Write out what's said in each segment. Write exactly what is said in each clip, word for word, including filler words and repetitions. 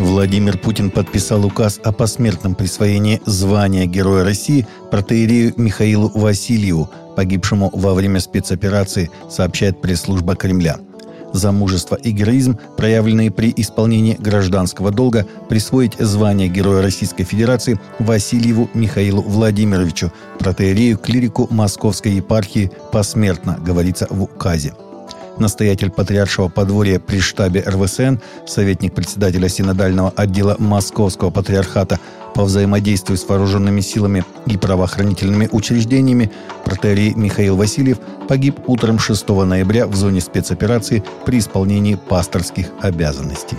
Владимир Путин подписал указ о посмертном присвоении звания Героя России протоиерею Михаилу Васильеву, погибшему во время спецоперации, сообщает пресс-служба Кремля. За мужество и героизм, проявленные при исполнении гражданского долга, присвоить звание Героя Российской Федерации Васильеву Михаилу Владимировичу, протоиерею-клирику Московской епархии, посмертно, говорится в указе. Настоятель Патриаршего подворья при штабе эр вэ эс эн, советник председателя синодального отдела Московского патриархата по взаимодействию с вооруженными силами и правоохранительными учреждениями, протоиерей Михаил Васильев погиб утром шестого ноября в зоне спецоперации при исполнении пасторских обязанностей.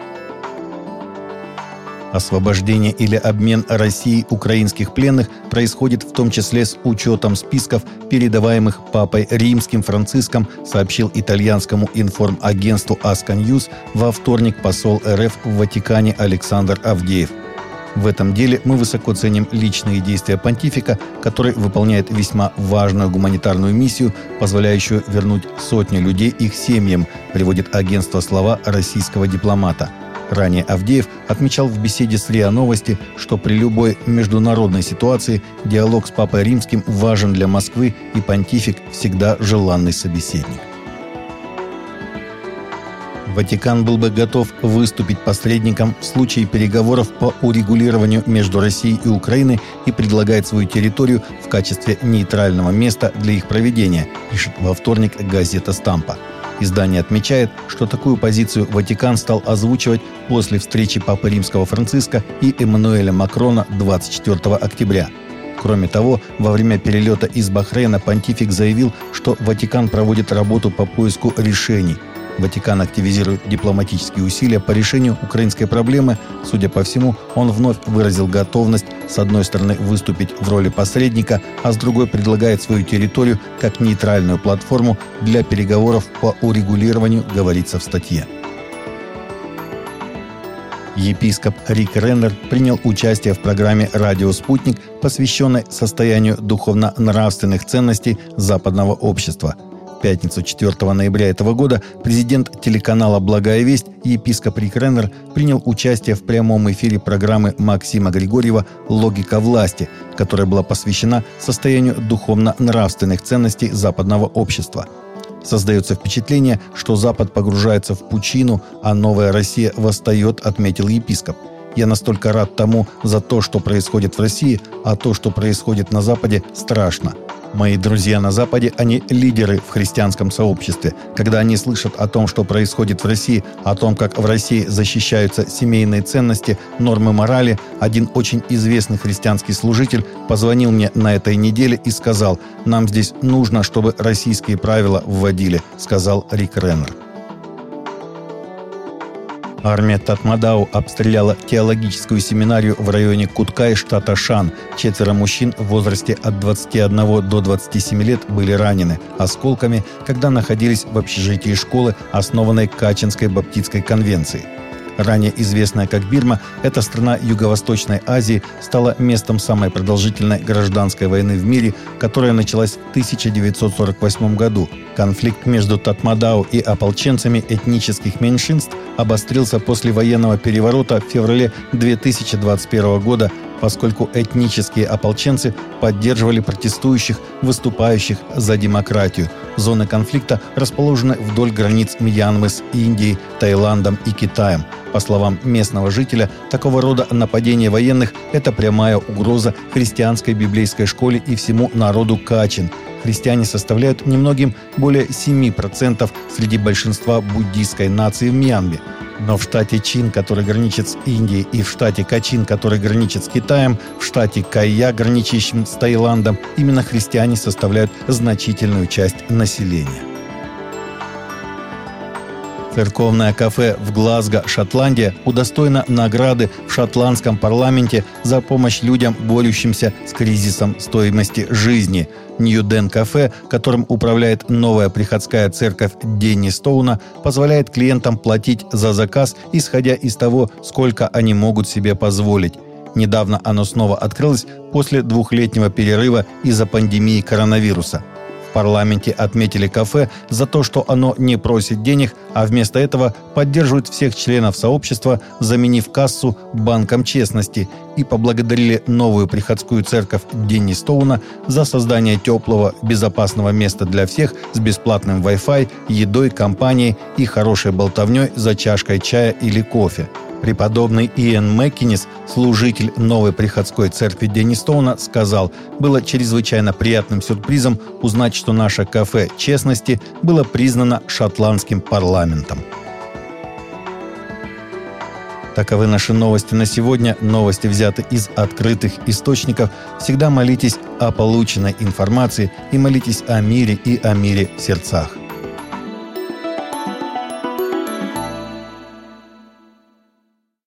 Освобождение или обмен России украинских пленных происходит в том числе с учетом списков, передаваемых Папой Римским Франциском, сообщил итальянскому информагентству Асконьюз во вторник посол эр эф в Ватикане Александр Авдеев. В этом деле мы высоко ценим личные действия понтифика, который выполняет весьма важную гуманитарную миссию, позволяющую вернуть сотни людей их семьям, приводит агентство слова российского дипломата. Ранее Авдеев отмечал в беседе с РИА Новости, что при любой международной ситуации диалог с Папой Римским важен для Москвы, и понтифик всегда желанный собеседник. Ватикан был бы готов выступить посредником в случае переговоров по урегулированию между Россией и Украиной и предлагает свою территорию в качестве нейтрального места для их проведения, пишет во вторник газета «Стампа». Издание отмечает, что такую позицию Ватикан стал озвучивать после встречи Папы Римского Франциска и Эммануэля Макрона двадцать четвёртого октября. Кроме того, во время перелета из Бахрейна понтифик заявил, что Ватикан проводит работу по поиску решений. Ватикан активизирует дипломатические усилия по решению украинской проблемы. Судя по всему, он вновь выразил готовность с одной стороны выступить в роли посредника, а с другой предлагает свою территорию как нейтральную платформу для переговоров по урегулированию, говорится в статье. Епископ Рик Реннер принял участие в программе «Радио Спутник», посвященной состоянию духовно-нравственных ценностей западного общества. В пятницу четвёртого ноября этого года президент телеканала «Благая весть» епископ Рик Реннер принял участие в прямом эфире программы Максима Григорьева «Логика власти», которая была посвящена состоянию духовно-нравственных ценностей западного общества. Создается впечатление, что Запад погружается в пучину, а новая Россия восстает, отметил епископ. «Я настолько рад тому за то, что происходит в России, а то, что происходит на Западе, страшно. Мои друзья на Западе, они лидеры в христианском сообществе. Когда они слышат о том, что происходит в России, о том, как в России защищаются семейные ценности, нормы морали, один очень известный христианский служитель позвонил мне на этой неделе и сказал: «Нам здесь нужно, чтобы российские правила вводили», — сказал Рик Реннер. Армия Татмадау обстреляла теологическую семинарию в районе Куткай, штата Шан. Четверо мужчин в возрасте от двадцати одного до двадцати семи лет были ранены осколками, когда находились в общежитии школы, основанной Качинской Баптистской конвенцией. Ранее известная как Бирма, эта страна Юго-Восточной Азии стала местом самой продолжительной гражданской войны в мире, которая началась в тысяча девятьсот сорок восьмом году. Конфликт между Татмадау и ополченцами этнических меньшинств обострился после военного переворота в феврале две тысячи двадцать первого года, поскольку этнические ополченцы поддерживали протестующих, выступающих за демократию. Зоны конфликта расположены вдоль границ Мьянмы с Индией, Таиландом и Китаем. По словам местного жителя, такого рода нападение военных – это прямая угроза христианской библейской школе и всему народу Качин. Христиане составляют немногим более семи процентов среди большинства буддийской нации в Мьянме. Но в штате Чин, который граничит с Индией, и в штате Качин, который граничит с Китаем, в штате Кайя, граничащем с Таиландом, именно христиане составляют значительную часть населения. Церковное кафе в Глазго, Шотландия, удостоено награды в шотландском парламенте за помощь людям, борющимся с кризисом стоимости жизни. Нью-Ден кафе, которым управляет новая приходская церковь Денни Стоуна, позволяет клиентам платить за заказ, исходя из того, сколько они могут себе позволить. Недавно оно снова открылось после двухлетнего перерыва из-за пандемии коронавируса. В парламенте отметили кафе за то, что оно не просит денег, а вместо этого поддерживает всех членов сообщества, заменив кассу банком честности, и поблагодарили новую приходскую церковь Денни Стоуна за создание теплого, безопасного места для всех с бесплатным Wi-Fi, едой, компанией и хорошей болтовней за чашкой чая или кофе. Преподобный Иэн Мэккинес, служитель новой приходской церкви Денни Стоуна, сказал: «Было чрезвычайно приятным сюрпризом узнать, что наше кафе честности было признано шотландским парламентом». Таковы наши новости на сегодня. Новости взяты из открытых источников. Всегда молитесь о полученной информации и молитесь о мире и о мире в сердцах.